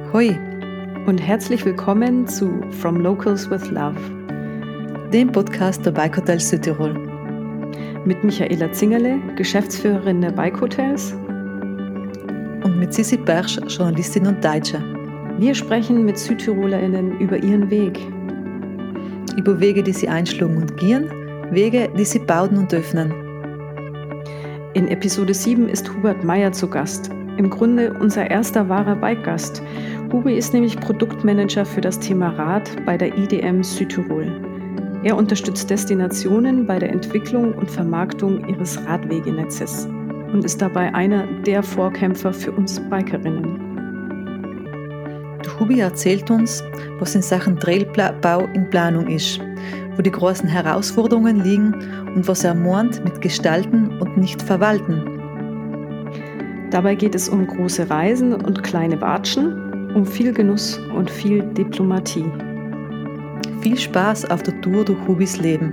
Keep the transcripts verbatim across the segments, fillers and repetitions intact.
Hoi und herzlich willkommen zu From Locals with Love, dem Podcast der Bike Hotels Südtirol. Mit Michaela Zingerle, Geschäftsführerin der Bike Hotels. Und mit Sissi Persch, Journalistin und Deutsche. Wir sprechen mit SüdtirolerInnen über ihren Weg. Über Wege, die sie einschlagen und gehen, Wege, die sie bauen und öffnen. In Episode sieben ist Hubert Meyer zu Gast. Im Grunde unser erster wahrer Bike-Gast. Hubi ist nämlich Produktmanager für das Thema Rad bei der I D M Südtirol. Er unterstützt Destinationen bei der Entwicklung und Vermarktung ihres Radwegenetzes und ist dabei einer der Vorkämpfer für uns Bikerinnen. Der Hubi erzählt uns, was in Sachen Trailbau in Planung ist, wo die großen Herausforderungen liegen und was er meint mit Gestalten und nicht verwalten. Dabei geht es um große Reisen und kleine Watschen, um viel Genuss und viel Diplomatie. Viel Spaß auf der Tour durch Hubis Leben.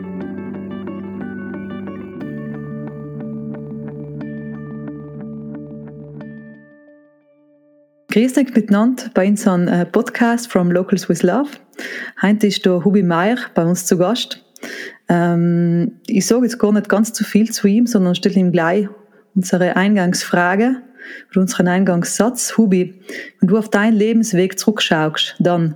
Grüß euch miteinander bei unserem Podcast From Locals with Love. Heute ist der Hubi Meyer bei uns zu Gast. Ähm, ich sage jetzt gar nicht ganz zu viel zu ihm, sondern stelle ihm gleich unsere Eingangsfrage oder unseren Eingangssatz. Hubi, wenn du auf deinen Lebensweg zurückschaust, dann?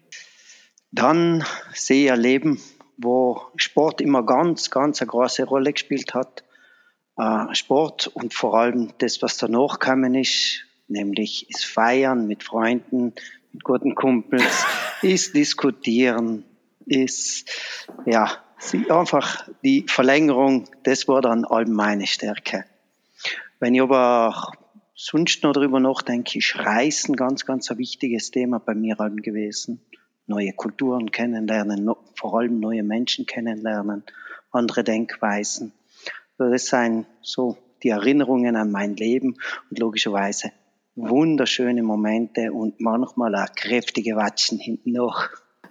Dann sehe ich ein Leben, wo Sport immer ganz, ganz eine große Rolle gespielt hat. Äh, Sport und vor allem das, was danach gekommen ist, nämlich ist Feiern mit Freunden, mit guten Kumpels, ist Diskutieren, ist, ja, einfach die Verlängerung, das war dann all meine Stärke. Wenn ich aber sonst noch darüber nachdenke, ist Reisen ganz, ganz ein wichtiges Thema bei mir gewesen. Neue Kulturen kennenlernen, vor allem neue Menschen kennenlernen, andere Denkweisen. Das sind so die Erinnerungen an mein Leben und logischerweise wunderschöne Momente und manchmal auch kräftige Watschen hinten noch.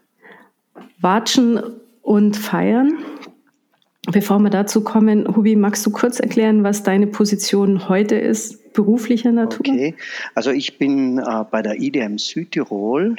Watschen und feiern. Bevor wir dazu kommen, Hubi, magst du kurz erklären, was deine Position heute ist, beruflicher Natur? Okay, also ich bin äh, bei der I D M Südtirol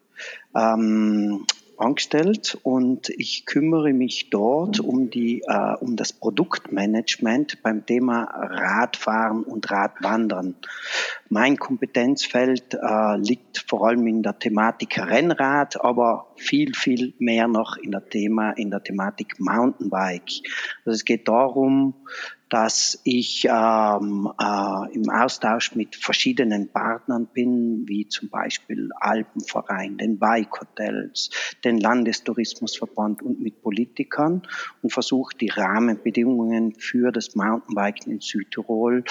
ähm, angestellt und ich kümmere mich dort um die äh, um das Produktmanagement beim Thema Radfahren und Radwandern. Mein Kompetenzfeld äh, liegt vor allem in der Thematik Rennrad, aber viel, viel mehr noch in der Thema in der Thematik Mountainbike. Also es geht darum, dass ich ähm, äh, im Austausch mit verschiedenen Partnern bin, wie zum Beispiel Alpenverein, den Bike Hotels, den Landestourismusverband und mit Politikern und versuche die Rahmenbedingungen für das Mountainbiken in Südtirol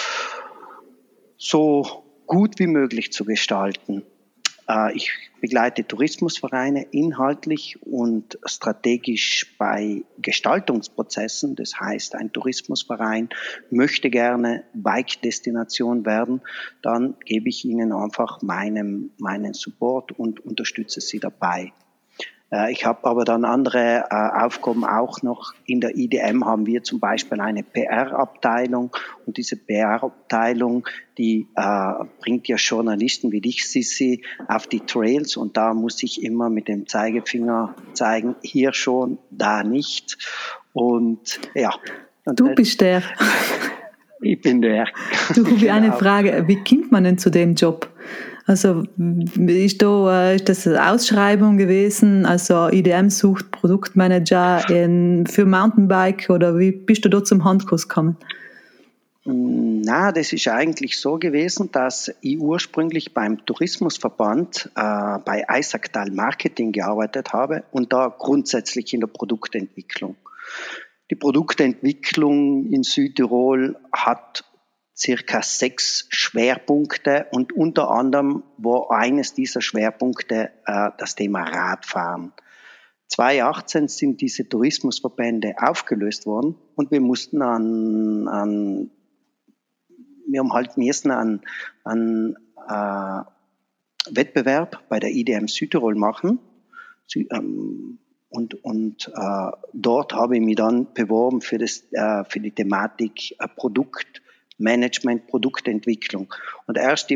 so gut wie möglich zu gestalten. Äh, ich begleite Tourismusvereine inhaltlich und strategisch bei Gestaltungsprozessen. Das heißt, ein Tourismusverein möchte gerne Bike-Destination werden. Dann gebe ich ihnen einfach meinen, meinen Support und unterstütze sie dabei. Ich habe aber dann andere äh, Aufgaben auch noch. In der I D M haben wir zum Beispiel eine P R-Abteilung und diese P R-Abteilung, die äh, bringt ja Journalisten wie dich, Sissi, auf die Trails und da muss ich immer mit dem Zeigefinger zeigen, hier schon, da nicht. Und ja. Und du bist der. Ich bin der. Du, Hubi, eine Frage, wie kommt man denn zu dem Job? Also ist, da, ist das eine Ausschreibung gewesen, also I D M sucht Produktmanager in, für Mountainbike oder wie bist du da zum Handkurs gekommen? Na, das ist eigentlich so gewesen, dass ich ursprünglich beim Tourismusverband äh, bei Eisacktal Marketing gearbeitet habe und da grundsätzlich in der Produktentwicklung. Die Produktentwicklung in Südtirol hat circa sechs Schwerpunkte und unter anderem war eines dieser Schwerpunkte äh, das Thema Radfahren. zweitausendachtzehn sind diese Tourismusverbände aufgelöst worden und wir mussten an, an wir haben halt müssen an, an äh, Wettbewerb bei der I D M Südtirol machen. Sü- ähm, Und, und äh, dort habe ich mich dann beworben für, das, äh, für die Thematik äh, Produktmanagement, Produktentwicklung. Und erst im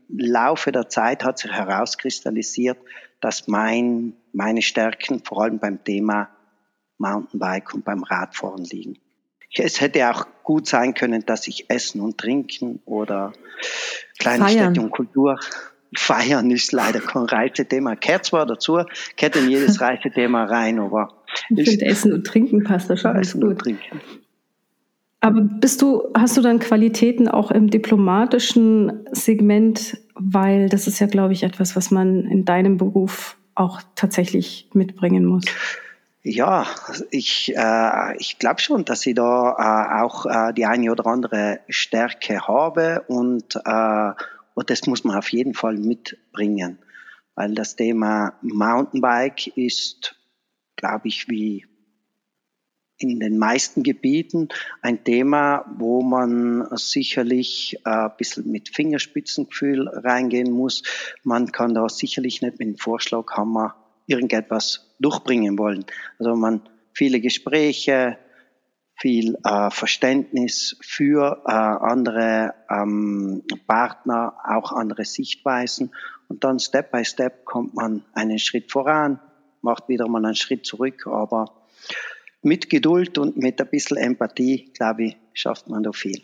Laufe der Zeit hat sich herauskristallisiert, dass mein, meine Stärken vor allem beim Thema Mountainbike und beim Radfahren liegen. Es hätte auch gut sein können, dass ich Essen und Trinken oder kleine Feiern. Städte und Kultur. Feiern ist leider kein Reisethema. Gehört zwar dazu, gehört in jedes Reisethema rein, aber ich finde Essen und Trinken passt da schon ganz Essen gut. und Trinken. Aber bist du, hast du dann Qualitäten auch im diplomatischen Segment, weil das ist ja, glaube ich, etwas, was man in deinem Beruf auch tatsächlich mitbringen muss. Ja, ich, äh, ich glaube schon, dass ich da äh, auch äh, die eine oder andere Stärke habe und, äh, und das muss man auf jeden Fall mitbringen, weil das Thema Mountainbike ist, glaube ich, wie in den meisten Gebieten ein Thema, wo man sicherlich äh, ein bisschen mit Fingerspitzengefühl reingehen muss. Man kann da sicherlich nicht mit dem Vorschlaghammer irgendetwas durchbringen wollen. Also man viele Gespräche, viel äh, Verständnis für äh, andere ähm, Partner, auch andere Sichtweisen. Und dann Step by Step kommt man einen Schritt voran, macht wieder mal einen Schritt zurück, aber mit Geduld und mit ein bisschen Empathie, glaube ich, schafft man da viel.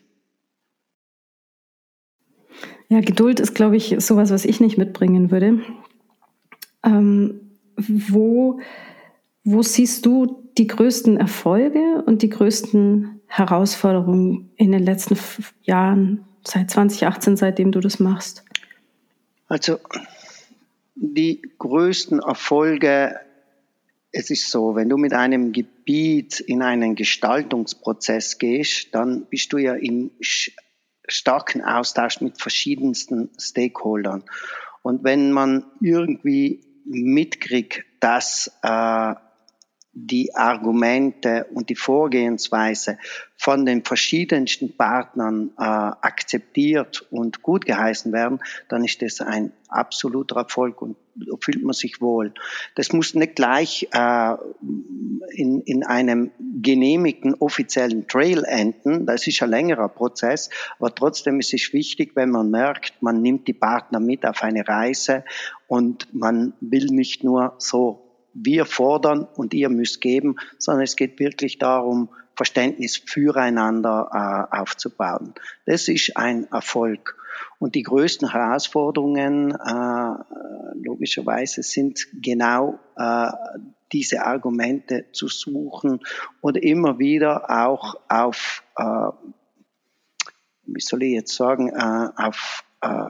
Ja, Geduld ist, glaube ich, sowas, was ich nicht mitbringen würde. Ähm, wo, wo siehst du die größten Erfolge und die größten Herausforderungen in den letzten f- Jahren, seit zwanzig achtzehn, seitdem du das machst? Also die größten Erfolge, es ist so, wenn du mit einem Gebiet in einen Gestaltungsprozess gehst, dann bist du ja im starken Austausch mit verschiedensten Stakeholdern. Und wenn man irgendwie mitkriegt, dass äh, die Argumente und die Vorgehensweise von den verschiedensten Partnern äh, akzeptiert und gut geheißen werden, dann ist das ein absoluter Erfolg und da fühlt man sich wohl. Das muss nicht gleich äh, in, in einem genehmigten offiziellen Trail enden, das ist ein längerer Prozess, aber trotzdem ist es wichtig, wenn man merkt, man nimmt die Partner mit auf eine Reise und man will nicht nur so wir fordern und ihr müsst geben, sondern es geht wirklich darum, Verständnis füreinander äh, aufzubauen. Das ist ein Erfolg. Und die größten Herausforderungen äh, logischerweise sind genau äh, diese Argumente zu suchen und immer wieder auch auf, äh, wie soll ich jetzt sagen, äh, auf äh,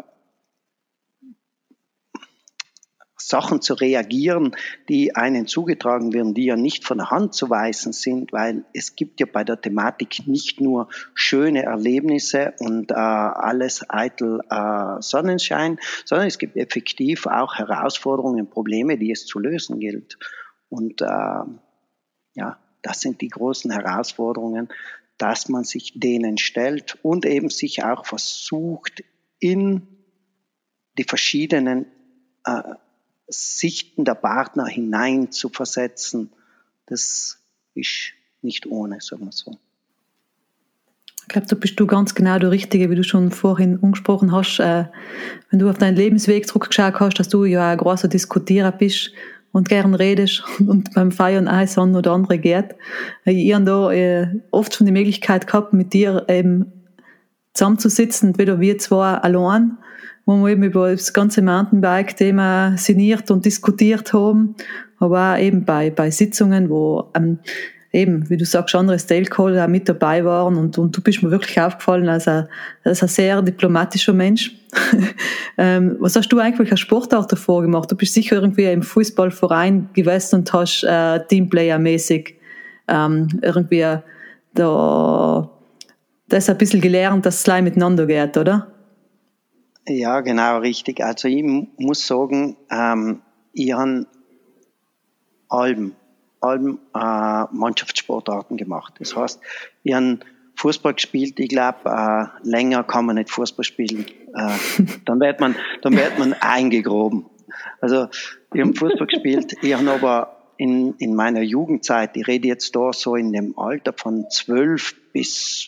Sachen zu reagieren, die einen zugetragen werden, die ja nicht von der Hand zu weisen sind, weil es gibt ja bei der Thematik nicht nur schöne Erlebnisse und äh, alles eitel äh, Sonnenschein, sondern es gibt effektiv auch Herausforderungen, Probleme, die es zu lösen gilt. Und äh, ja, das sind die großen Herausforderungen, dass man sich denen stellt und eben sich auch versucht, in die verschiedenen äh, Sichten der Partner hinein zu versetzen, das ist nicht ohne, sagen wir so. Ich glaube, da bist du ganz genau der Richtige, wie du schon vorhin angesprochen hast. Äh, wenn du auf deinen Lebensweg zurückgeschaut hast, dass du ja ein großer Diskutierer bist und gern redest und beim Feiern auch das eine oder andere geht. Ich habe da äh, oft schon die Möglichkeit gehabt, mit dir eben zusammenzusitzen, entweder wir zwei allein, wo wir eben über das ganze Mountainbike-Thema sinniert und diskutiert haben, aber auch eben bei, bei Sitzungen, wo ähm, eben, wie du sagst, andere Stakeholder auch mit dabei waren und, und du bist mir wirklich aufgefallen als ein, als ein sehr diplomatischer Mensch. ähm, was hast du eigentlich als Sportart davor gemacht? Du bist sicher irgendwie im Fußballverein gewesen und hast äh, Teamplayer-mäßig ähm, irgendwie da das ein bisschen gelernt, dass es gleich miteinander geht, oder? Ja, genau, richtig. Also ich muss sagen, ähm, ich habe Alben, Alben äh, Mannschaftssportarten gemacht. Das heißt, ich habe Fußball gespielt. Ich glaube, äh, länger kann man nicht Fußball spielen. Äh, dann wird man, dann wird man eingegroben. Also ich habe Fußball gespielt. Ich habe aber in, in meiner Jugendzeit, ich rede jetzt da so in dem Alter von zwölf bis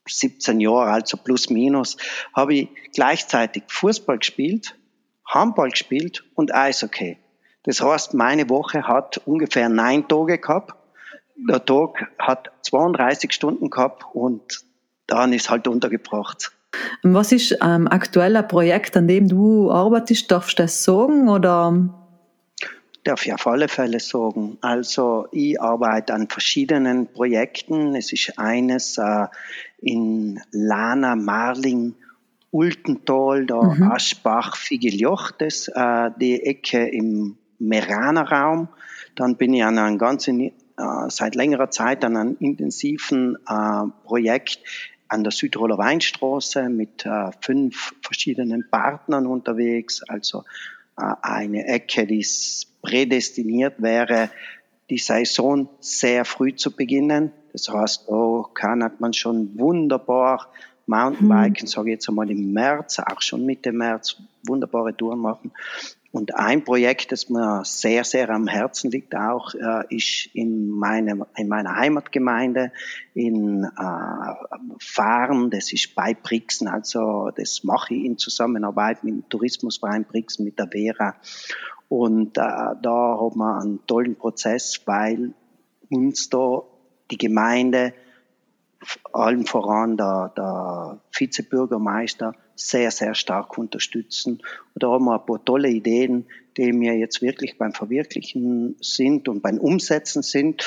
siebzehn Jahre, also plus minus, habe ich gleichzeitig Fußball gespielt, Handball gespielt und Eishockey. Das heißt, meine Woche hat ungefähr neun Tage gehabt. Der Tag hat zweiunddreißig Stunden gehabt und dann ist halt untergebracht. Was ist ähm, aktuell ein Projekt, an dem du arbeitest? Darfst du das sagen? Oder? Darf ich auf alle Fälle sagen. Also ich arbeite an verschiedenen Projekten. Es ist eines äh, in Lana, Marling, Ultental, da mhm. Aschbach, Figeljoch, das äh, die Ecke im Meraner Raum. Dann bin ich an einem ganzen, äh, seit längerer Zeit an einem intensiven äh, Projekt an der Südtiroler Weinstraße mit äh, fünf verschiedenen Partnern unterwegs. Also äh, eine Ecke, die prädestiniert wäre, die Saison sehr früh zu beginnen. Das heißt, da kann man schon wunderbar Mountainbiken, sage ich jetzt einmal im März, auch schon Mitte März, wunderbare Touren machen. Und ein Projekt, das mir sehr, sehr am Herzen liegt, auch äh, ist in, meine, in meiner Heimatgemeinde in äh, Fahren, das ist bei Brixen, also das mache ich in Zusammenarbeit mit dem Tourismusverein Brixen, mit der Vera. Und äh, da haben wir einen tollen Prozess, weil uns da die Gemeinde, allen voran der, der Vizebürgermeister, sehr, sehr stark unterstützen. Und da haben wir ein paar tolle Ideen, die wir jetzt wirklich beim Verwirklichen sind und beim Umsetzen sind.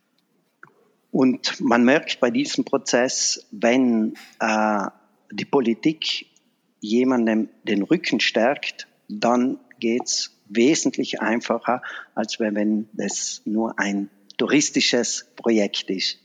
Und man merkt bei diesem Prozess, wenn äh, die Politik jemandem den Rücken stärkt, dann geht's wesentlich einfacher, als wenn es nur ein touristisches Projekt ist.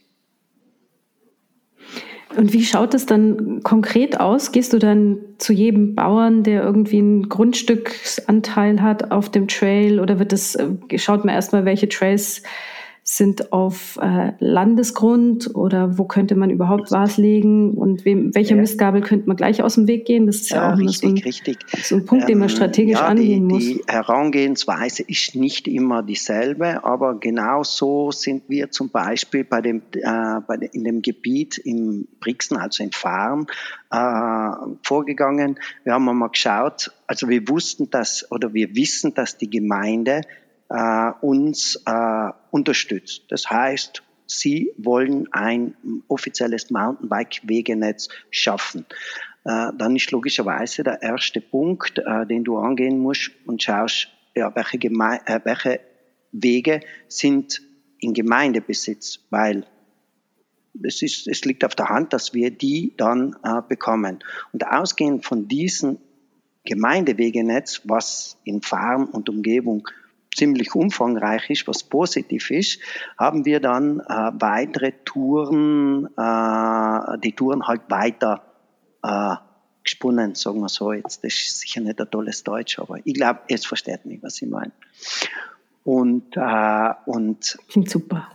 Und wie schaut es dann konkret aus? Gehst du dann zu jedem Bauern, der irgendwie einen Grundstücksanteil hat auf dem Trail, oder wird das, schaut man erstmal, welche Trails sind auf äh, Landesgrund oder wo könnte man überhaupt was legen und wem, welcher ja. Mistgabel könnte man gleich aus dem Weg gehen? Das ist ja, ja auch richtig, so, ein, richtig. so ein Punkt, ähm, den man strategisch ja, angehen die, muss. Die Herangehensweise ist nicht immer dieselbe, aber genau so sind wir zum Beispiel bei dem, äh, bei de, in dem Gebiet im Brixen, also in Fahren, äh, vorgegangen. Wir haben mal geschaut, also wir wussten, dass oder wir wissen, dass die Gemeinde Uh, uns uh, unterstützt. Das heißt, sie wollen ein offizielles Mountainbike-Wegenetz schaffen. Uh, dann ist logischerweise der erste Punkt, uh, den du angehen musst und schaust, ja, welche, Geme- äh, welche Wege sind in Gemeindebesitz, weil es, ist, es liegt auf der Hand, dass wir die dann uh, bekommen. Und ausgehend von diesem Gemeindewegenetz, was in Fahren und Umgebung ziemlich umfangreich ist, was positiv ist, haben wir dann äh, weitere Touren, äh, die Touren halt weiter äh, gesponnen, sagen wir so. Jetzt, das ist sicher nicht ein tolles Deutsch, aber ich glaube, es versteht mich, was ich meine. Und, äh, und klingt super.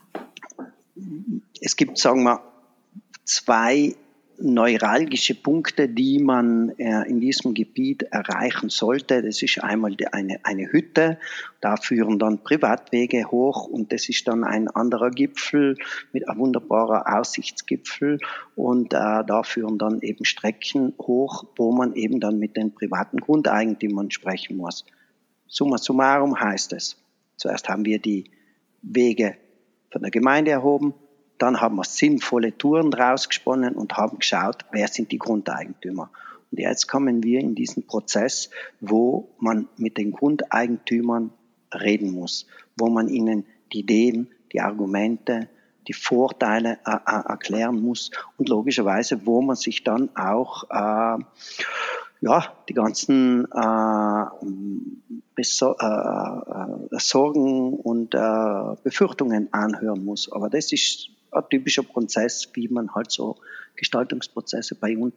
Es gibt, sagen wir, zwei neuralgische Punkte, die man äh, in diesem Gebiet erreichen sollte. Das ist einmal die, eine, eine Hütte, da führen dann Privatwege hoch und das ist dann ein anderer Gipfel mit einem wunderbaren Aussichtsgipfel und äh, da führen dann eben Strecken hoch, wo man eben dann mit den privaten Grundeigentümern sprechen muss. Summa summarum heißt es, zuerst haben wir die Wege von der Gemeinde erhoben, dann haben wir sinnvolle Touren draus gesponnen und haben geschaut, wer sind die Grundeigentümer. Und jetzt kommen wir in diesen Prozess, wo man mit den Grundeigentümern reden muss, wo man ihnen die Ideen, die Argumente, die Vorteile äh, äh, erklären muss und logischerweise, wo man sich dann auch äh, ja, die ganzen äh, Beso- äh, äh, Sorgen und äh, Befürchtungen anhören muss. Aber das ist ein typischer Prozess, wie man halt so Gestaltungsprozesse bei uns.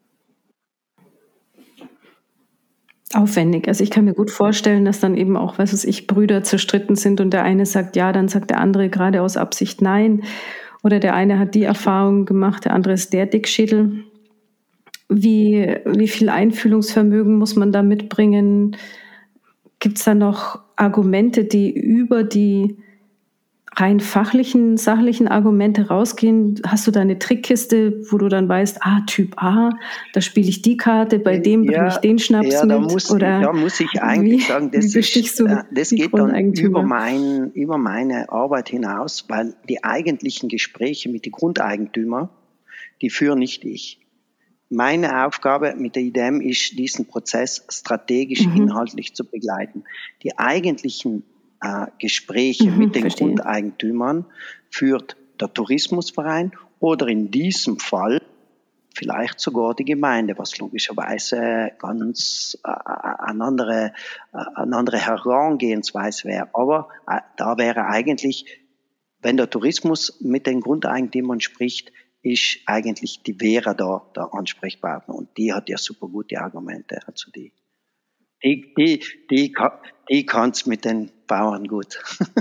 Aufwendig. Also ich kann mir gut vorstellen, dass dann eben auch, was weiß ich, Brüder zerstritten sind und der eine sagt ja, dann sagt der andere gerade aus Absicht nein. Oder der eine hat die Erfahrung gemacht, der andere ist der Dickschädel. Wie, wie viel Einfühlungsvermögen muss man da mitbringen? Gibt es da noch Argumente, die über die rein fachlichen, sachlichen Argumente rausgehen? Hast du da eine Trickkiste, wo du dann weißt, ah, Typ A, da spiele ich die Karte, bei dem bringe ich Ja, den Schnaps ja, da mit? muss, Oder da muss ich wie, eigentlich sagen, wie das bestichst ist, du äh, das die geht dann über Grundeigentümer? mein, über meine Arbeit hinaus, weil die eigentlichen Gespräche mit den Grundeigentümern, die führe nicht ich. Meine Aufgabe mit der I D M ist, diesen Prozess strategisch, Mhm. inhaltlich zu begleiten. Die eigentlichen äh, Gespräche Mhm, mit den verstehe. Grundeigentümern führt der Tourismusverein oder in diesem Fall vielleicht sogar die Gemeinde, was logischerweise ganz äh, eine, andere, äh, eine andere Herangehensweise wäre. Aber äh, da wäre eigentlich, wenn der Tourismus mit den Grundeigentümern spricht, ist eigentlich die Vera da der Ansprechpartner. Und die hat ja super gute Argumente. Also die, die, die, die, die kann es mit den Bauern gut.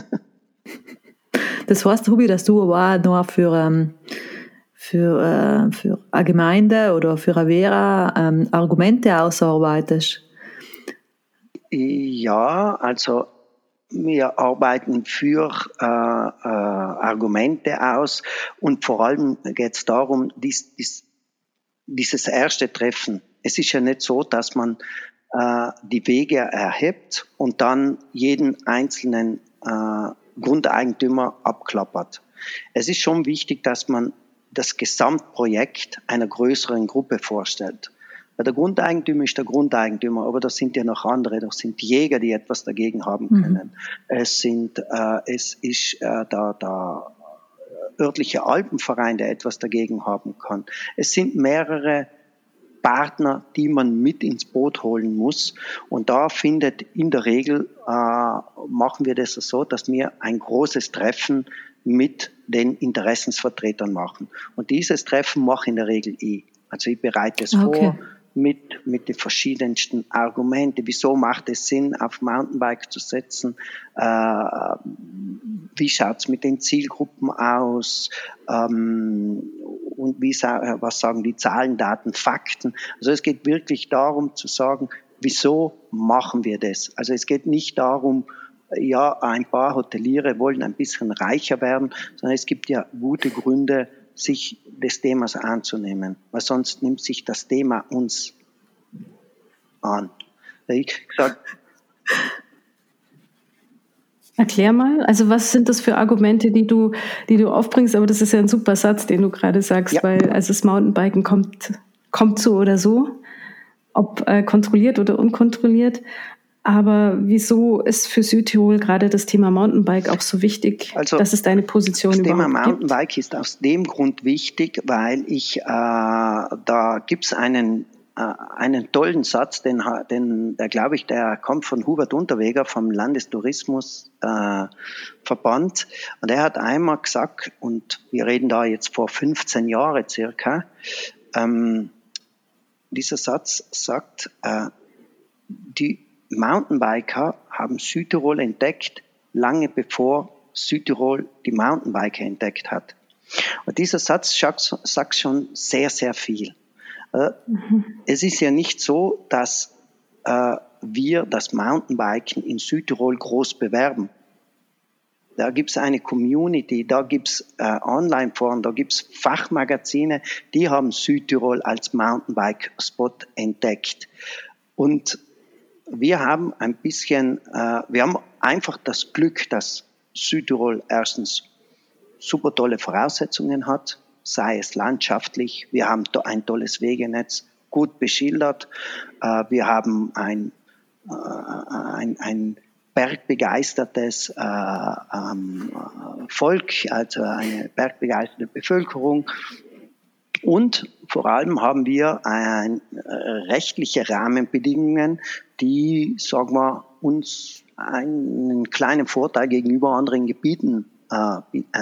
Das heißt, Hubi, dass du auch noch für, ähm, für, äh, für eine Gemeinde oder für eine Vera ähm, Argumente ausarbeitest? Ja, also wir arbeiten für äh, äh, Argumente aus und vor allem geht es darum, dies, dies, dieses erste Treffen. Es ist ja nicht so, dass man äh, die Wege erhebt und dann jeden einzelnen äh, Grundeigentümer abklappert. Es ist schon wichtig, dass man das Gesamtprojekt einer größeren Gruppe vorstellt. Weil der Grundeigentümer ist der Grundeigentümer, aber das sind ja noch andere, das sind Jäger, die etwas dagegen haben können. Mhm. Es sind, äh, es ist äh, der, der örtliche Alpenverein, der etwas dagegen haben kann. Es sind mehrere Partner, die man mit ins Boot holen muss. Und da findet in der Regel, äh, machen wir das so, dass wir ein großes Treffen mit den Interessensvertretern machen. Und dieses Treffen mache ich in der Regel ich. Also ich bereite es okay. vor mit, mit den verschiedensten Argumenten. Wieso macht es Sinn, auf Mountainbike zu setzen? Äh, wie schaut's mit den Zielgruppen aus? Ähm, und wie, was sagen die Zahlen, Daten, Fakten? Also es geht wirklich darum zu sagen, wieso machen wir das? Also es geht nicht darum, ja, ein paar Hoteliere wollen ein bisschen reicher werden, sondern es gibt ja gute Gründe, sich des Themas anzunehmen, weil sonst nimmt sich das Thema uns an. Ich sag, Erklär mal, also was sind das für Argumente, die du, die du aufbringst? Aber das ist ja ein super Satz, den du gerade sagst, ja. Weil also das Mountainbiken kommt, kommt so oder so, ob äh, kontrolliert oder unkontrolliert. Aber wieso ist für Südtirol gerade das Thema Mountainbike auch so wichtig, also, dass es deine Position das überhaupt Thema Mountainbike gibt? ist aus dem Grund wichtig, weil ich, äh, da gibt's einen, äh, einen tollen Satz, den, den, der glaube ich, der kommt von Hubert Unterweger vom Landestourismusverband. Äh, und er hat einmal gesagt, und wir reden da jetzt vor fünfzehn Jahren circa, ähm, dieser Satz sagt, äh, die Mountainbiker haben Südtirol entdeckt, lange bevor Südtirol die Mountainbiker entdeckt hat. Und dieser Satz sagt schon sehr, sehr viel. Mhm. Es ist ja nicht so, dass äh, wir das Mountainbiken in Südtirol groß bewerben. Da gibt es eine Community, da gibt es äh, Online-Foren, da gibt es Fachmagazine, die haben Südtirol als Mountainbike-Spot entdeckt. Und wir haben ein bisschen, äh, wir haben einfach das Glück, dass Südtirol erstens super tolle Voraussetzungen hat, sei es landschaftlich, wir haben ein tolles Wegenetz, gut beschildert, äh, wir haben ein, äh, ein, ein bergbegeistertes äh, ähm, Volk, also eine bergbegeisterte Bevölkerung. Und vor allem haben wir ein, äh, rechtliche Rahmenbedingungen, die, sagen wir, uns einen kleinen Vorteil gegenüber anderen Gebieten äh,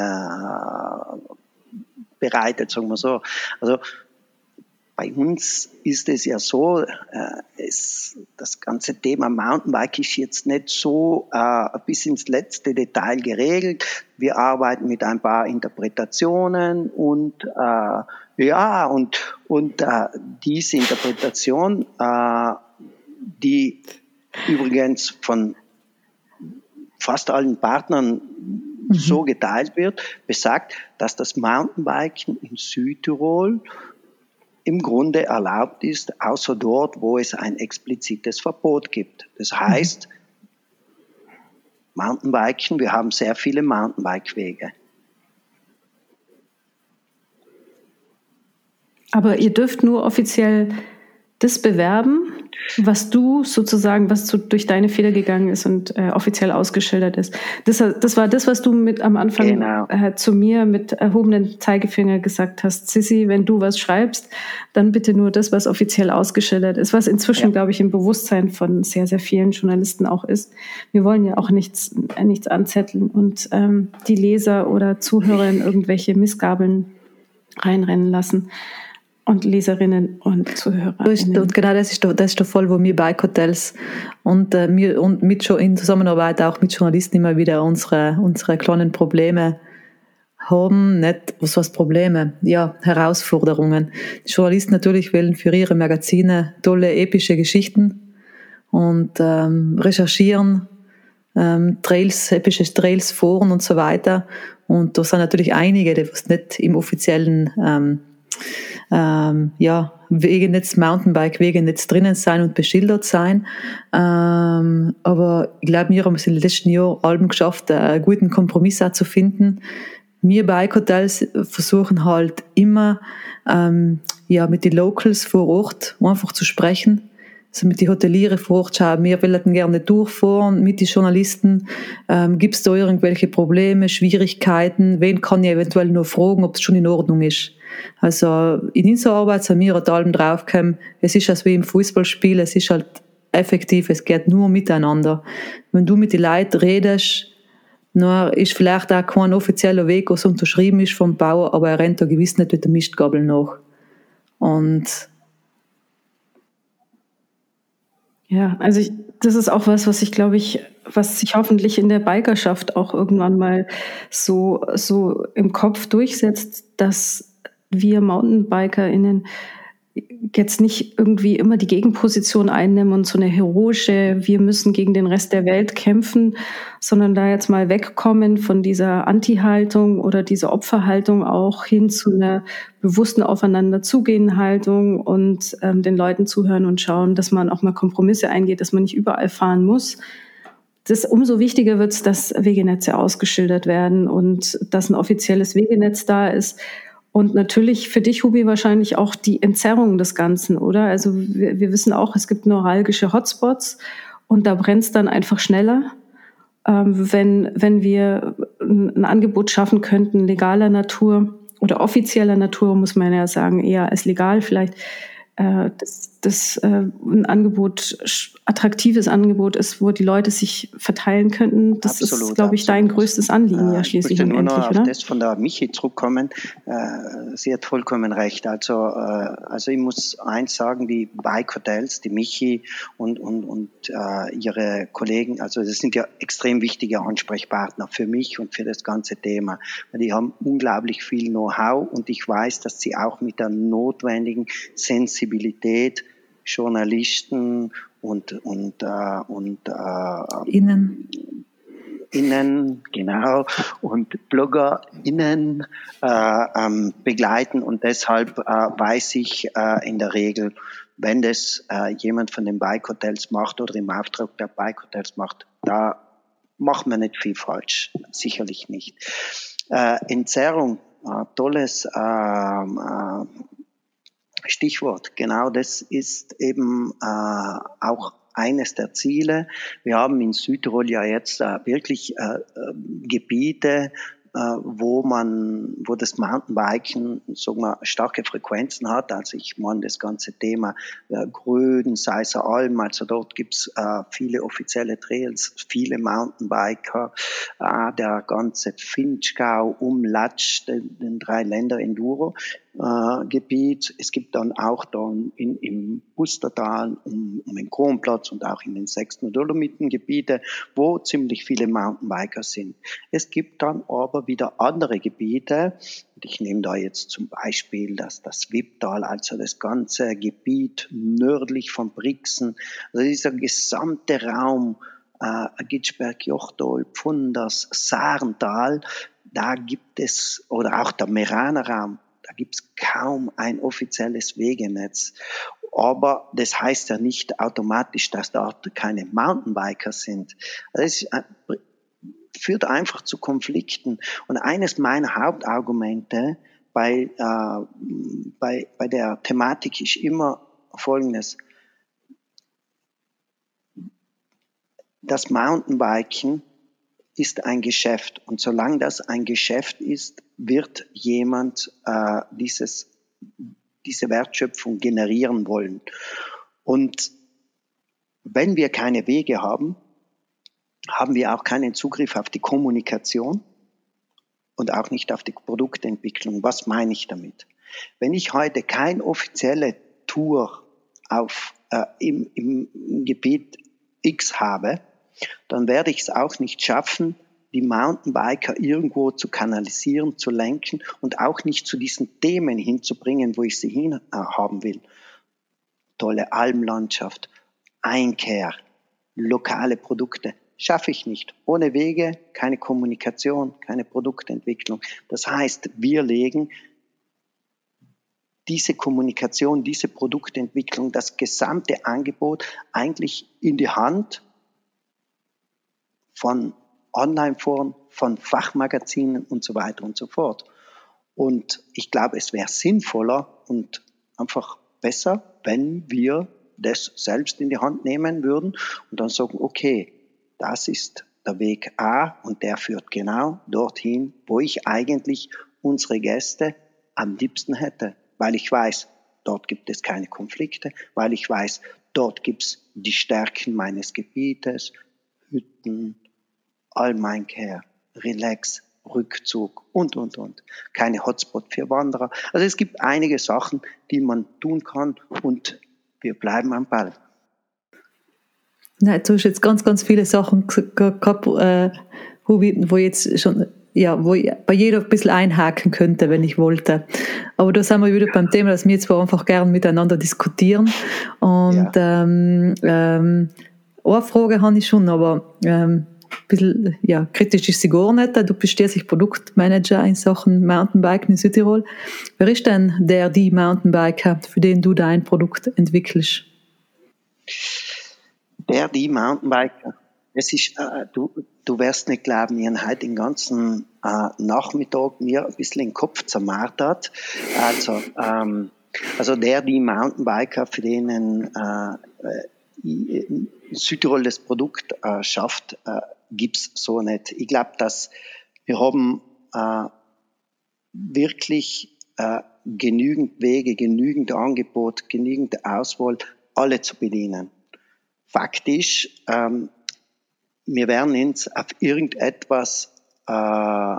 äh, bereitet, sagen wir so. Also bei uns ist es ja so, äh, es, das ganze Thema Mountainbike ist jetzt nicht so äh, bis ins letzte Detail geregelt. Wir arbeiten mit ein paar Interpretationen und äh, ja, und, und äh, diese Interpretation, äh, die übrigens von fast allen Partnern mhm. so geteilt wird, besagt, dass das Mountainbiken in Südtirol im Grunde erlaubt ist, außer dort, wo es ein explizites Verbot gibt. Das heißt, Mountainbiken, wir haben sehr viele Mountainbike-Wege. Aber ihr dürft nur offiziell das bewerben, was du sozusagen, was zu, durch deine Feder gegangen ist und äh, offiziell ausgeschildert ist. Das, das war das, was du mit am Anfang genau. äh, zu mir mit erhobenen Zeigefinger gesagt hast. Sissi, wenn du was schreibst, dann bitte nur das, was offiziell ausgeschildert ist, was inzwischen, ja. glaube ich, im Bewusstsein von sehr, sehr vielen Journalisten auch ist. Wir wollen ja auch nichts, äh, nichts anzetteln und ähm, die Leser oder Zuhörer in irgendwelche Missgabeln reinrennen lassen. Und Leserinnen und Zuhörer. Und genau das ist, das ist der Fall, wo wir Bike Hotels und, äh, wir, und mit, in Zusammenarbeit auch mit Journalisten immer wieder unsere, unsere kleinen Probleme haben. Nicht, was heißt Probleme? Ja, Herausforderungen. Die Journalisten natürlich wählen für ihre Magazine tolle, epische Geschichten und ähm, recherchieren ähm, Trails, epische Trails, Foren und so weiter. Und da sind natürlich einige, die was nicht im offiziellen ähm, Ähm, ja, Wegenetz, Mountainbike-Wegenetz drinnen sein und beschildert sein. Ähm, aber ich glaube, wir haben es in den letzten Jahren Alben geschafft, einen guten Kompromiss auch zu finden. Wir Bike Hotels versuchen halt immer, ähm, ja, mit den Locals vor Ort einfach zu sprechen. Also mit den Hotelieren vor Ort schauen, wir wollten gerne durchfahren mit den Journalisten. Ähm, gibt es da irgendwelche Probleme, Schwierigkeiten? Wen kann ich eventuell nur fragen, ob es schon in Ordnung ist? Also in unserer Arbeit sind wir da allem draufgekommen, es ist also wie im Fußballspiel, es ist halt effektiv, es geht nur miteinander. Wenn du mit den Leuten redest, nur ist vielleicht auch kein offizieller Weg, was unterschrieben ist vom Bauer, aber er rennt da gewiss nicht mit der Mistgabel nach. Und ja, also ich, das ist auch was, was ich glaube ich, was sich hoffentlich in der Bikerschaft auch irgendwann mal so, so im Kopf durchsetzt, dass wir MountainbikerInnen jetzt nicht irgendwie immer die Gegenposition einnehmen und so eine heroische, wir müssen gegen den Rest der Welt kämpfen, sondern da jetzt mal wegkommen von dieser Anti-Haltung oder dieser Opferhaltung auch hin zu einer bewussten Aufeinander-Zugehen-Haltung und ähm, den Leuten zuhören und schauen, dass man auch mal Kompromisse eingeht, dass man nicht überall fahren muss. Das, umso wichtiger wird es, dass Wegenetze ausgeschildert werden und dass ein offizielles Wegenetz da ist. Und natürlich für dich, Hubi, wahrscheinlich auch die Entzerrung des Ganzen, oder? Also wir, wir wissen auch, es gibt neuralgische Hotspots und da brennt es dann einfach schneller. Ähm, wenn, wenn wir ein, ein Angebot schaffen könnten, legaler Natur oder offizieller Natur, muss man ja sagen, eher als legal vielleicht, äh, dass das äh, ein Angebot, attraktives Angebot ist, wo die Leute sich verteilen könnten. Das absolut, ist, glaube ich, absolut. Dein größtes Anliegen ja schließlich und endlich, oder? Ich möchte nur noch auf das von der Michi zurückkommen. Äh, sie hat vollkommen recht. Also, äh, also ich muss eins sagen, die Bike Hotels, die Michi und, und, und äh, ihre Kollegen, also das sind ja extrem wichtige Ansprechpartner für mich und für das ganze Thema. Die haben unglaublich viel Know-how und ich weiß, dass sie auch mit der notwendigen Sensibilität Journalisten und und äh, und äh, Innen Innen genau und BloggerInnen äh, ähm, begleiten und deshalb äh, weiß ich äh, in der Regel, wenn das äh, jemand von den Bike Hotels macht oder im Auftrag der Bike Hotels macht, da macht man nicht viel falsch, sicherlich nicht. Äh, Entzerrung, äh, tolles äh, äh, Stichwort, genau das ist eben äh, auch eines der Ziele. Wir haben in Südtirol ja jetzt äh, wirklich äh, äh, Gebiete, äh, wo man, wo das Mountainbiken, sagen wir, starke Frequenzen hat. Also ich meine das ganze Thema äh, Gröden, Seisser Alm, also dort gibt's äh, viele offizielle Trails, viele Mountainbiker, äh, der ganze Finchgau, Umlatsch, den, den drei Länder Enduro. Äh, Gebiet. Es gibt dann auch dann in, im Pustertal, um, um den Kronplatz und auch in den sechsten Dolomiten Gebiete, wo ziemlich viele Mountainbiker sind. Es gibt dann aber wieder andere Gebiete, und ich nehme da jetzt zum Beispiel das, das Wipptal, also das ganze Gebiet nördlich von Brixen, also dieser gesamte Raum, äh, Gitschberg, Jochtol, Pfunders, Saarental, da gibt es, oder auch der Meraner Raum, da gibt es kaum ein offizielles Wegenetz. Aber das heißt ja nicht automatisch, dass dort keine Mountainbiker sind. Das führt einfach zu Konflikten. Und eines meiner Hauptargumente bei, äh, bei, bei der Thematik ist immer Folgendes. Das Mountainbiken ist ein Geschäft. Und solange das ein Geschäft ist, wird jemand äh, dieses, diese Wertschöpfung generieren wollen. Und wenn wir keine Wege haben, haben wir auch keinen Zugriff auf die Kommunikation und auch nicht auf die Produktentwicklung. Was meine ich damit? Wenn ich heute keine offizielle Tour auf, äh, im, im Gebiet X habe, dann werde ich es auch nicht schaffen, die Mountainbiker irgendwo zu kanalisieren, zu lenken und auch nicht zu diesen Themen hinzubringen, wo ich sie hin äh, haben will. Tolle Almlandschaft, Einkehr, lokale Produkte. Schaffe ich nicht. Ohne Wege, keine Kommunikation, keine Produktentwicklung. Das heißt, wir legen diese Kommunikation, diese Produktentwicklung, das gesamte Angebot eigentlich in die Hand von Online-Foren, von Fachmagazinen und so weiter und so fort. Und ich glaube, es wäre sinnvoller und einfach besser, wenn wir das selbst in die Hand nehmen würden und dann sagen, okay, das ist der Weg A und der führt genau dorthin, wo ich eigentlich unsere Gäste am liebsten hätte, weil ich weiß, dort gibt es keine Konflikte, weil ich weiß, dort gibt es die Stärken meines Gebietes, Hütten, Allmeinkehr, Relax, Rückzug und, und, und. Keine Hotspot für Wanderer. Also es gibt einige Sachen, die man tun kann und wir bleiben am Ball. Nein, du hast jetzt ganz, ganz viele Sachen gehabt, äh, wo jetzt schon, ja, wo ich bei jeder ein bisschen einhaken könnte, wenn ich wollte. Aber da sind wir wieder beim Thema, dass wir zwar einfach gerne miteinander diskutieren. Und ja. ähm, ähm, eine Frage habe ich schon, aber ähm, ein bisschen ja, kritisch ist sie gar nicht. Du bist schließlich Produktmanager in Sachen Mountainbiken in Südtirol. Wer ist denn der, die Mountainbiker, für den du dein Produkt entwickelst? Der, die Mountainbiker. Es ist, äh, du, du wirst nicht glauben, ich habe heute den ganzen äh, Nachmittag mir ein bisschen den Kopf zermartert. Also, ähm, also der, die Mountainbiker, für denen äh, Südtirol das Produkt äh, schafft, äh, gibt's so nicht. Ich glaube, dass wir haben äh, wirklich äh, genügend Wege, genügend Angebot, genügend Auswahl, alle zu bedienen. Faktisch, ähm, wir werden uns auf irgendetwas äh,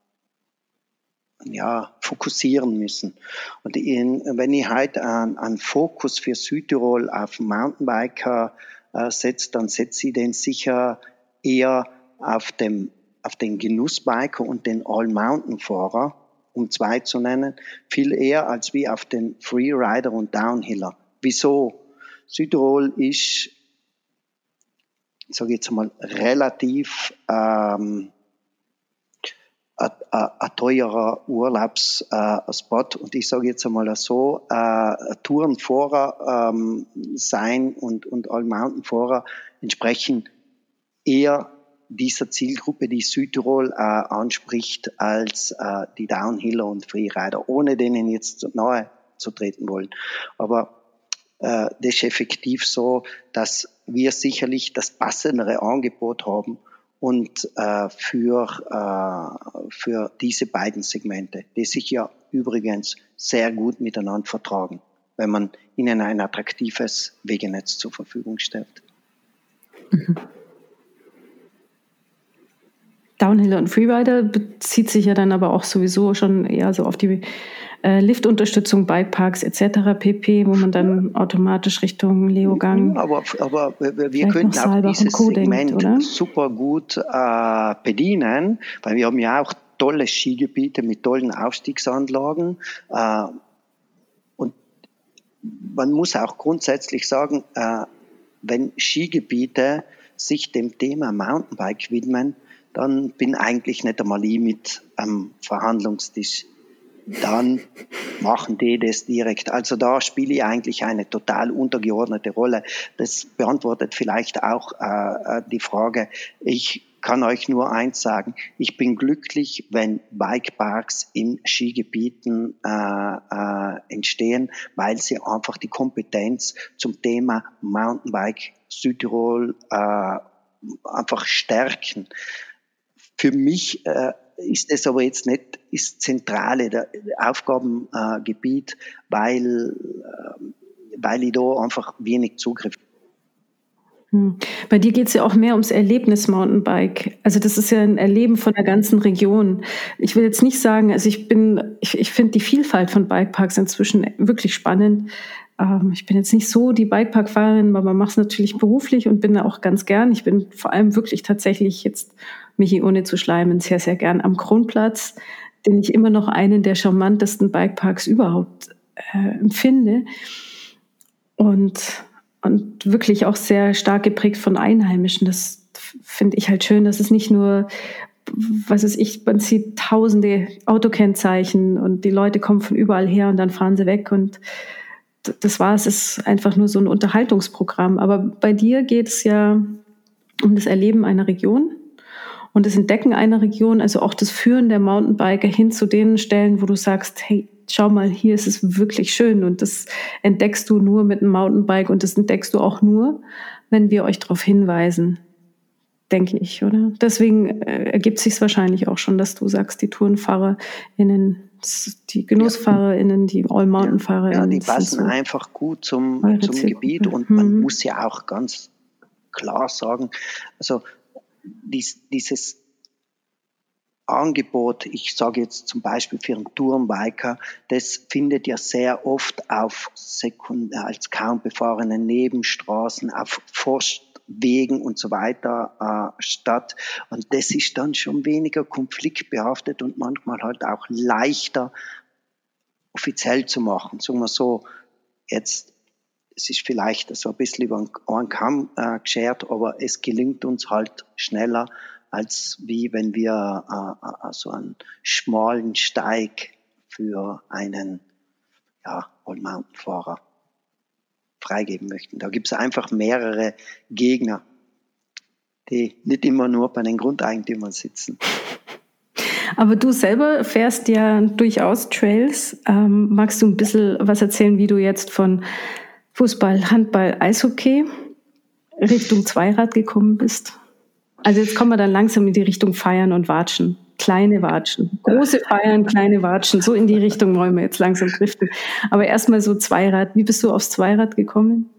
ja, fokussieren müssen. Und in, wenn ich heute einen, einen Fokus für Südtirol auf Mountainbiker äh, setze, dann setze ich den sicher eher auf, dem, auf den Genussbiker und den All-Mountain-Fahrer, um zwei zu nennen, viel eher als wie auf den Freerider und Downhiller. Wieso? Südtirol ist, ich sage jetzt mal, relativ ähm, ein, ein, ein teurer Urlaubsspot. Und ich sage jetzt einmal so, äh, Tourenfahrer ähm, sein und, und All-Mountain-Fahrer entsprechen eher dieser Zielgruppe, die Südtirol äh, anspricht, als äh, die Downhiller und Freerider, ohne denen jetzt nahe zu treten wollen. Aber äh, das ist effektiv so, dass wir sicherlich das passendere Angebot haben und äh, für, äh, für diese beiden Segmente, die sich ja übrigens sehr gut miteinander vertragen, wenn man ihnen ein attraktives Wegenetz zur Verfügung stellt. Mhm. Downhiller und Freerider bezieht sich ja dann aber auch sowieso schon eher so auf die äh, Liftunterstützung, Bikeparks et cetera pp., wo man dann automatisch Richtung Leogang. Ja, aber, aber wir könnten auch dieses Segment denkt, super gut äh, bedienen, weil wir haben ja auch tolle Skigebiete mit tollen Aufstiegsanlagen. Äh, und man muss auch grundsätzlich sagen, äh, wenn Skigebiete sich dem Thema Mountainbike widmen, dann bin eigentlich nicht einmal ich mit am Verhandlungstisch. Dann machen die das direkt. Also da spiele ich eigentlich eine total untergeordnete Rolle. Das beantwortet vielleicht auch äh, die Frage. Ich kann euch nur eins sagen, ich bin glücklich, wenn Bikeparks in Skigebieten äh, äh, entstehen, weil sie einfach die Kompetenz zum Thema Mountainbike Südtirol äh, einfach stärken. Für mich äh, ist es aber jetzt nicht das zentrale der Aufgabengebiet, äh, weil, äh, weil ich da einfach wenig Zugriff habe. Hm. Bei dir geht es ja auch mehr ums Erlebnis Mountainbike. Also das ist ja ein Erleben von der ganzen Region. Ich will jetzt nicht sagen, also ich bin, ich, ich finde die Vielfalt von Bikeparks inzwischen wirklich spannend. Ähm, ich bin jetzt nicht so die Bikepark-Fahrerin, aber mache es natürlich beruflich und bin da auch ganz gern. Ich bin vor allem wirklich tatsächlich jetzt, Michi, ohne zu schleimen, sehr, sehr gern am Kronplatz, den ich immer noch einen der charmantesten Bikeparks überhaupt äh, empfinde. Und Und wirklich auch sehr stark geprägt von Einheimischen. Das finde ich halt schön, dass es nicht nur, was weiß ich, man sieht tausende Autokennzeichen und die Leute kommen von überall her und dann fahren sie weg und das war es, ist einfach nur so ein Unterhaltungsprogramm. Aber bei dir geht es ja um das Erleben einer Region und das Entdecken einer Region, also auch das Führen der Mountainbiker hin zu den Stellen, wo du sagst, hey, schau mal, hier ist es wirklich schön und das entdeckst du nur mit einem Mountainbike und das entdeckst du auch nur, wenn wir euch darauf hinweisen, denke ich, oder? Deswegen äh, ergibt sich es wahrscheinlich auch schon, dass du sagst, die TourenfahrerInnen, die GenussfahrerInnen, die All-Mountain-FahrerInnen. Ja, die passen so einfach gut zum, zum Gebiet und mhm. man muss ja auch ganz klar sagen, also dies, dieses Angebot, ich sage jetzt zum Beispiel für einen Tourenbiker, das findet ja sehr oft auf sekundär als kaum befahrenen Nebenstraßen, auf Forstwegen und so weiter äh, statt. Und das ist dann schon weniger konfliktbehaftet und manchmal halt auch leichter offiziell zu machen. Sagen wir so, jetzt, es ist vielleicht so ein bisschen über einen Kamm äh, geschert, aber es gelingt uns halt schneller, als wie wenn wir äh, so einen schmalen Steig für einen ja, All-Mountain-Fahrer freigeben möchten. Da gibt es einfach mehrere Gegner, die nicht immer nur bei den Grundeigentümern sitzen. Aber du selber fährst ja durchaus Trails. Ähm, magst du ein bisschen was erzählen, wie du jetzt von Fußball, Handball, Eishockey Richtung Zweirad gekommen bist? Also jetzt kommen wir dann langsam in die Richtung Feiern und Watschen. Kleine Watschen. Große Feiern, kleine Watschen. So in die Richtung wollen wir jetzt langsam driften. Aber erstmal so Zweirad. Wie bist du aufs Zweirad gekommen?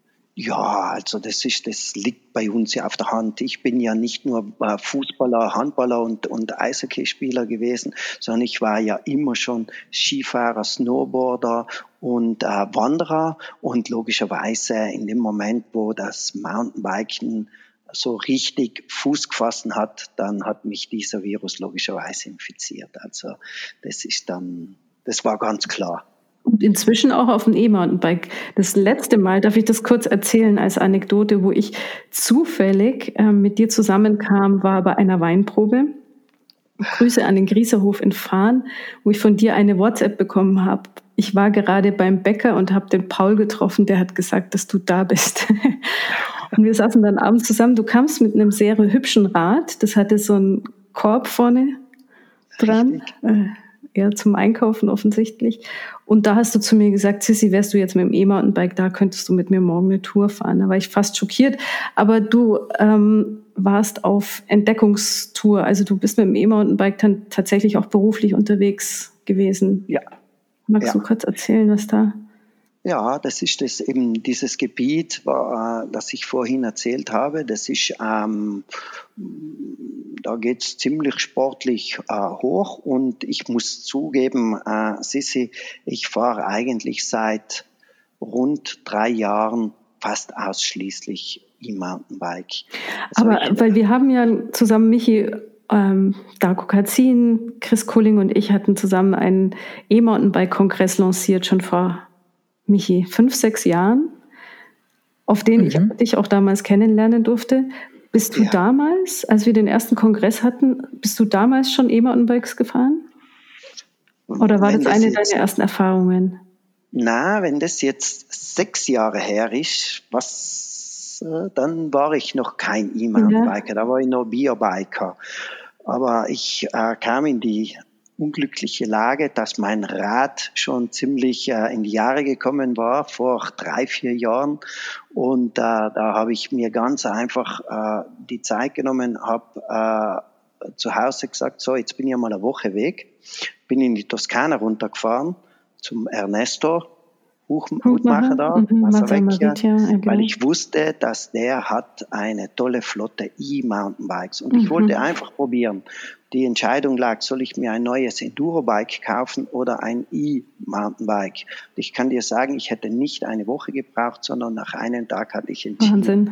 Ja, also das ist, das liegt bei uns ja auf der Hand. Ich bin ja nicht nur Fußballer, Handballer und, und Eishockeyspieler gewesen, sondern ich war ja immer schon Skifahrer, Snowboarder und äh, Wanderer. Und logischerweise in dem Moment, wo das Mountainbiken so richtig Fuß gefasst hat, dann hat mich dieser Virus logischerweise infiziert. Also das ist dann, das war ganz klar. Und inzwischen auch auf dem E-Mountainbike. Das letzte Mal, darf ich das kurz erzählen als Anekdote, wo ich zufällig äh, mit dir zusammenkam, war bei einer Weinprobe. Grüße an den Grieserhof in Fahn, wo ich von dir eine WhatsApp bekommen habe. Ich war gerade beim Bäcker und habe den Paul getroffen, der hat gesagt, dass du da bist. Und wir saßen dann abends zusammen. Du kamst mit einem sehr hübschen Rad. Das hatte so einen Korb vorne dran. Äh, ja, zum Einkaufen offensichtlich. Und da hast du zu mir gesagt, Sissi, wärst du jetzt mit dem E-Mountainbike da, könntest du mit mir morgen eine Tour fahren. Da war ich fast schockiert. Aber du ähm, warst auf Entdeckungstour. Also du bist mit dem E-Mountainbike dann tatsächlich auch beruflich unterwegs gewesen. Ja. Magst ja. du kurz erzählen, was da... Ja, das ist das eben dieses Gebiet, das ich vorhin erzählt habe. Das ist, ähm, da geht's ziemlich sportlich äh, hoch und ich muss zugeben, äh, Sissi, ich fahre eigentlich seit rund drei Jahren fast ausschließlich E-Mountainbike. Also Aber ich, weil wir haben ja zusammen, Michi, ähm, Darko Katzin, Chris Kulling und ich hatten zusammen einen E-Mountainbike-Kongress lanciert, schon vor Michi, fünf, sechs Jahren, auf den mhm. ich dich auch damals kennenlernen durfte. Bist du Ja. damals, als wir den ersten Kongress hatten, bist du damals schon E-Mountainbikes gefahren? Oder war Wenn das eine jetzt, deiner ersten Erfahrungen? na, wenn das jetzt sechs Jahre her ist, was, äh, dann war ich noch kein E-Mountainbiker, da war ich noch Biobiker. Aber ich äh, kam in die unglückliche Lage, dass mein Rad schon ziemlich äh, in die Jahre gekommen war, vor drei, vier Jahren. Und äh, da habe ich mir ganz einfach äh, die Zeit genommen, habe äh, zu Hause gesagt, so, jetzt bin ich mal eine Woche weg, bin in die Toskana runtergefahren zum Ernesto, Huch, Hutmacher da, Mhm, Mazzavecchia, Mazzavecchia, ja, genau. weil ich wusste, dass der hat eine tolle Flotte E-Mountainbikes und ich Mhm. wollte einfach probieren. Die Entscheidung lag, soll ich mir ein neues Enduro-Bike kaufen oder ein E-Mountainbike? Und ich kann dir sagen, ich hätte nicht eine Woche gebraucht, sondern nach einem Tag hatte ich entschieden. Wahnsinn.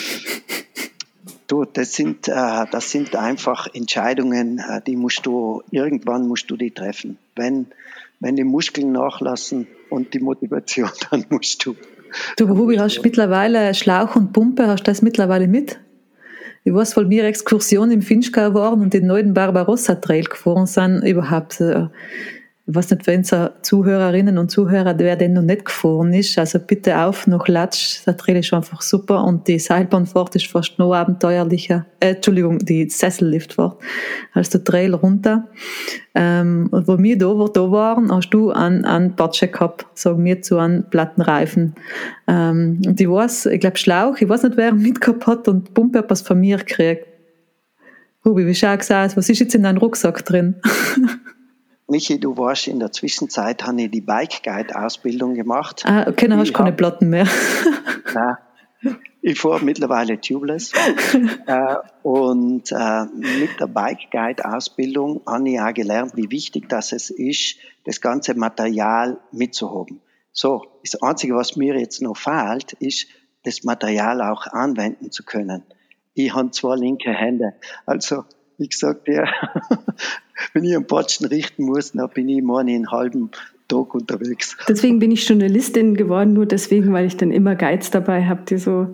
Du, das sind, äh, das sind einfach Entscheidungen, äh, die musst du, irgendwann musst du die treffen. Wenn, wenn die Muskeln nachlassen und die Motivation, dann musst du. Du, Hubi, hast du mittlerweile Schlauch und Pumpe, hast du das mittlerweile mit? Ich weiß, weil wir Exkursionen im Finchgau waren und den neuen Barbarossa Trail gefahren sind, überhaupt, äh, ich weiß nicht, wenn es Zuhörerinnen und Zuhörer, wer denn noch nicht gefahren ist, also bitte auf nach Latsch, der Trail ist einfach super und die Seilbahnfahrt ist fast noch abenteuerlicher, äh, Entschuldigung, die Sesselliftfahrt, als der Trail runter. Ähm, und wo wir da, wo da waren, hast du einen, einen Patsche gehabt, sagen wir zu einem Plattenreifen. Ähm, und ich weiß, ich glaube Schlauch, ich weiß nicht, wer ihn mitgehabt hat und Pumpe hat was von mir gekriegt. Hubi, wie schaut's aus? Was ist jetzt in deinem Rucksack drin? Michi, du warst in der Zwischenzeit, habe ich die Bike Guide Ausbildung gemacht. Ah, okay, dann hast du Ich keine hab- Platten mehr. Nein, ich fahre mittlerweile tubeless. äh, und äh, mit der Bike Guide Ausbildung habe ich auch gelernt, wie wichtig das es ist, das ganze Material mitzuhaben. So, das Einzige, was mir jetzt noch fehlt, ist, das Material auch anwenden zu können. Ich habe zwei linke Hände. Also, wie gesagt, ja, wenn ich einen Patschen richten muss, dann bin ich mal einen halben Tag unterwegs. Deswegen bin ich Journalistin geworden, nur deswegen, weil ich dann immer Guides dabei habe, die so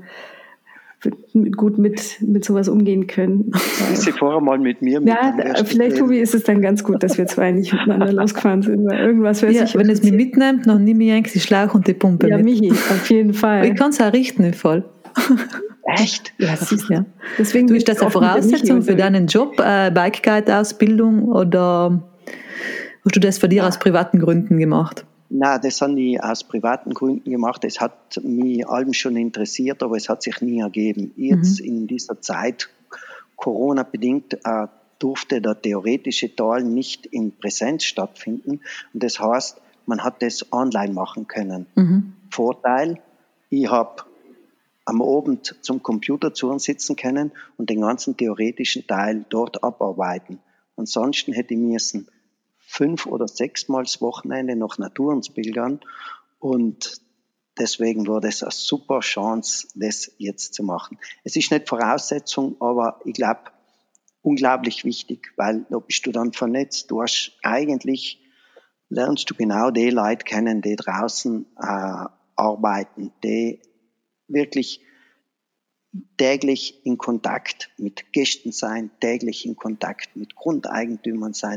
gut mit, mit sowas umgehen können. Sie fahren mal mit mir mit. Ja, dann wirst du vielleicht, sehen. Tobi, ist es dann ganz gut, dass wir zwei nicht miteinander losgefahren sind, weil irgendwas wäre Ja, sicher wenn es mich passiert. mitnimmt, dann nehme ich eigentlich die Schlauch und die Pumpe Ja, mit. Michi, auf jeden Fall. Ich kann es auch richten im Fall. Echt? Ja, siehst du. Ja. Deswegen Du, bin ist das ich eine auch mit der Michi Voraussetzung für unterwegs. deinen Job, äh, Bike Guide Ausbildung, oder hast du das für dich aus privaten Gründen gemacht? Na, das habe ich aus privaten Gründen gemacht. Es hat mich allem schon interessiert, aber es hat sich nie ergeben. Jetzt Mhm. in dieser Zeit, Corona-bedingt, äh, durfte der theoretische Teil nicht in Präsenz stattfinden. Und das heißt, man hat das online machen können. Mhm. Vorteil, ich habe am Abend zum Computer zu uns sitzen können und den ganzen theoretischen Teil dort abarbeiten. Ansonsten hätte ich müssen fünf oder sechsmal das Wochenende nach Naturens pilgern und deswegen war das eine super Chance, das jetzt zu machen. Es ist nicht Voraussetzung, aber ich glaube, unglaublich wichtig, weil da bist du dann vernetzt. Du hast eigentlich, lernst du genau die Leute kennen, die draußen äh, arbeiten, die wirklich täglich in Kontakt mit Gästen sein, täglich in Kontakt mit Grundeigentümern sein.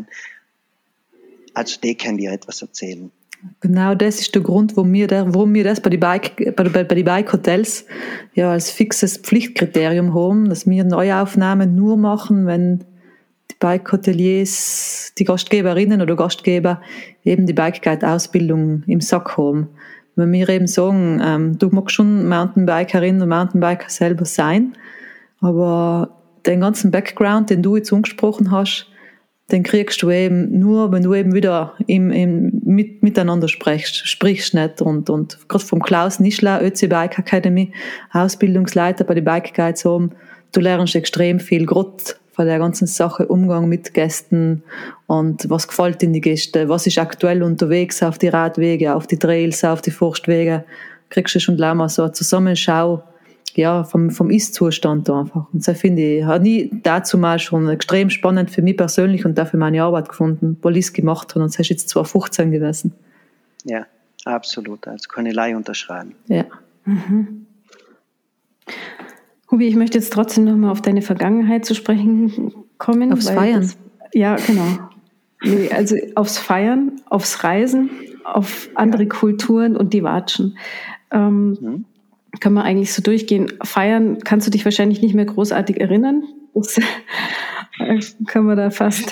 Also die können dir etwas erzählen. Genau das ist der Grund, warum wir, da, warum wir das bei den Bike, bei, bei, bei die Bike-Hotels ja als fixes Pflichtkriterium haben, dass wir Neuaufnahmen nur machen, wenn die Bike-Hoteliers, die Gastgeberinnen oder Gastgeber eben die Bike-Guide-Ausbildung im Sack haben. Wenn wir eben sagen, ähm, du magst schon Mountainbikerin und Mountainbiker selber sein, aber den ganzen Background, den du jetzt angesprochen hast, den kriegst du eben nur, wenn du eben wieder im, im, mit, miteinander sprichst, sprichst nicht. Und, und gerade vom Klaus Nischler, Ö C Bike Academy, Ausbildungsleiter bei den Bike Guides oben, du lernst extrem viel, gerade von der ganzen Sache, Umgang mit Gästen und was gefällt in die Gäste, was ist aktuell unterwegs auf die Radwege, auf die Trails, auf die Forstwege, kriegst du schon gleich mal so eine Zusammenschau, ja, vom, vom Ist-Zustand einfach. Und das finde ich, habe ich dazu mal schon extrem spannend für mich persönlich und auch für meine Arbeit gefunden, weil ich es gemacht habe. Und das ist jetzt zwanzig fünfzehn gewesen. Ja, absolut. Also kann ich leicht unterschreiben. Ja. Mhm. Hubi, ich möchte jetzt trotzdem nochmal auf deine Vergangenheit zu sprechen kommen. Aufs Feiern? Das, ja, genau. Nee, also aufs Feiern, aufs Reisen, auf andere ja. Kulturen und die Watschen. Ähm, mhm. Können wir eigentlich so durchgehen. Feiern kannst du dich wahrscheinlich nicht mehr großartig erinnern. Das können wir da fast...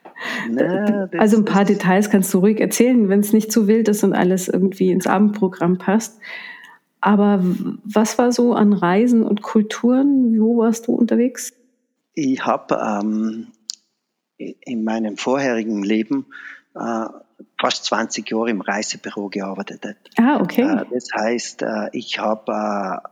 Na, also ein paar Details kannst du ruhig erzählen, wenn es nicht zu wild ist und alles irgendwie ins Abendprogramm passt. Aber was war so an Reisen und Kulturen? Wo warst du unterwegs? Ich habe ähm, in meinem vorherigen Leben äh, fast zwanzig Jahre im Reisebüro gearbeitet. Ah, okay. Äh, das heißt, äh, ich habe äh,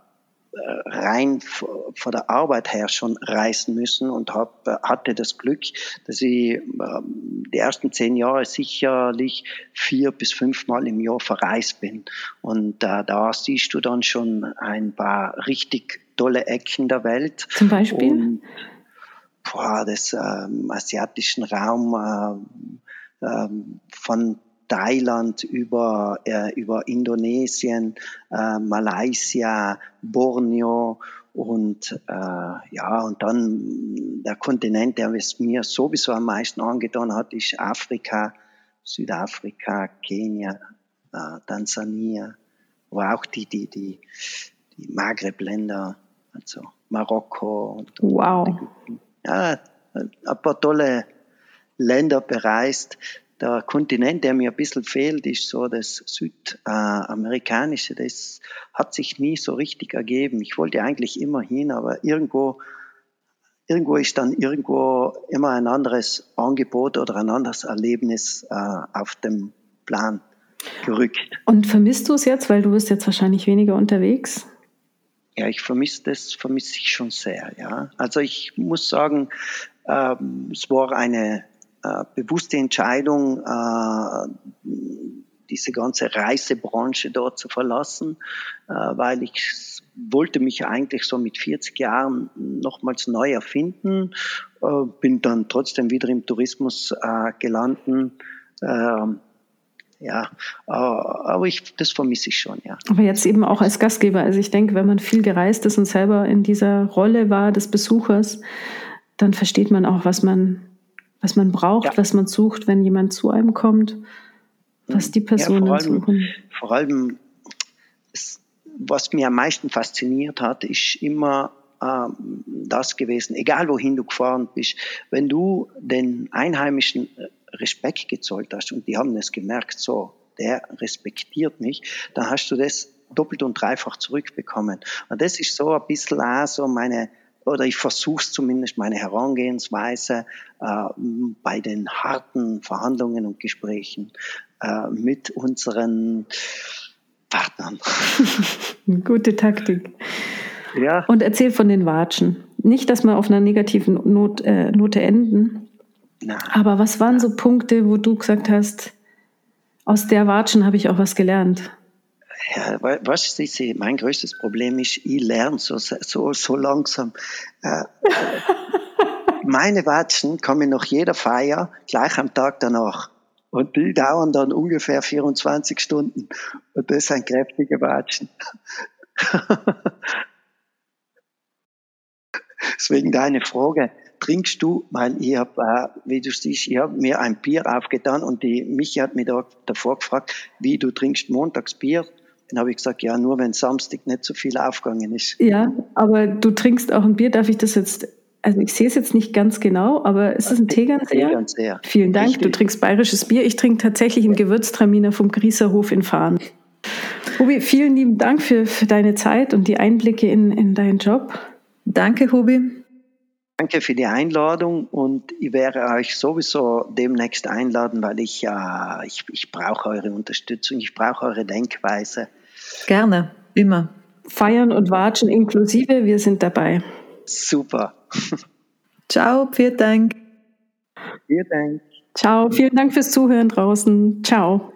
rein von der Arbeit her schon reisen müssen und hab, hatte das Glück, dass ich äh, die ersten zehn Jahre sicherlich vier bis fünfmal im Jahr verreist bin. Und äh, da siehst du dann schon ein paar richtig tolle Ecken der Welt. Zum Beispiel? Und, boah, das äh, asiatischen Raum äh, äh, von Thailand über, äh, über Indonesien, äh, Malaysia, Borneo und äh, ja, und dann der Kontinent, der es mir sowieso am meisten angetan hat, ist Afrika, Südafrika, Kenia, äh, Tansania, aber auch die, die, die, die Maghreb-Länder, also Marokko und, wow. und Ägypten. Ja, ein paar tolle Länder bereist. Der Kontinent, der mir ein bisschen fehlt, ist so das Südamerikanische. Das hat sich nie so richtig ergeben. Ich wollte eigentlich immer hin, aber irgendwo, irgendwo ist dann irgendwo immer ein anderes Angebot oder ein anderes Erlebnis äh, auf dem Plan gerückt. Und vermisst du es jetzt, weil du bist jetzt wahrscheinlich weniger unterwegs? Ja, ich vermisse das, vermisse ich schon sehr, ja. Also ich muss sagen, ähm, es war eine bewusste Entscheidung, äh, diese ganze Reisebranche dort zu verlassen, äh, weil ich wollte mich eigentlich so mit vierzig Jahren nochmals neu erfinden, äh, bin dann trotzdem wieder im Tourismus äh, gelandet. Äh, ja, aber ich, das vermisse ich schon, ja. Aber jetzt eben auch als Gastgeber. Also ich denke, wenn man viel gereist ist und selber in dieser Rolle war des Besuchers, dann versteht man auch, was man was man braucht, ja. was man sucht, wenn jemand zu einem kommt, was die Personen ja, vor allem, suchen. Vor allem, was mir am meisten fasziniert hat, ist immer äh, das gewesen, egal wohin du gefahren bist, wenn du den Einheimischen Respekt gezollt hast und die haben es gemerkt, so, der respektiert mich, dann hast du das doppelt und dreifach zurückbekommen. Und das ist so ein bisschen auch so meine oder ich versuche es zumindest, meine Herangehensweise äh, bei den harten Verhandlungen und Gesprächen äh, mit unseren Partnern. Gute Taktik. Ja. Und erzähl von den Watschen. Nicht, dass wir auf einer negativen Not, äh, Note enden, Na, aber was waren na. so Punkte, wo du gesagt hast, aus der Watschen habe ich auch was gelernt? Ja, was ist mein größtes Problem ist, ich lerne so, so, so langsam. Äh, meine Watschen kommen nach jeder Feier gleich am Tag danach. Und die dauern dann ungefähr vierundzwanzig Stunden. Und das sind kräftige Watschen. Deswegen deine Frage, trinkst du, weil ich habe, äh, wie du siehst, ich habe mir ein Bier aufgetan und die Michi hat mich da, davor gefragt, wie du trinkst montags Bier. Dann habe ich gesagt, ja, nur wenn Samstag nicht so viel aufgegangen ist. Ja, aber du trinkst auch ein Bier, darf ich das jetzt, also ich sehe es jetzt nicht ganz genau, aber ist das ein Tegernseer? Tegernseer. Vielen Dank, richtig. Du trinkst bayerisches Bier. Ich trinke tatsächlich einen Gewürztraminer vom Grießerhof in Fahren. Hubi, vielen lieben Dank für, für deine Zeit und die Einblicke in, in deinen Job. Danke, Hubi. Danke für die Einladung und ich werde euch sowieso demnächst einladen, weil ich ja, äh, ich, ich brauche eure Unterstützung, ich brauche eure Denkweise. Gerne, immer. Feiern und Watschen inklusive, wir sind dabei. Super. Ciao, vielen Dank. Vielen Dank. Ciao, vielen Dank fürs Zuhören draußen. Ciao.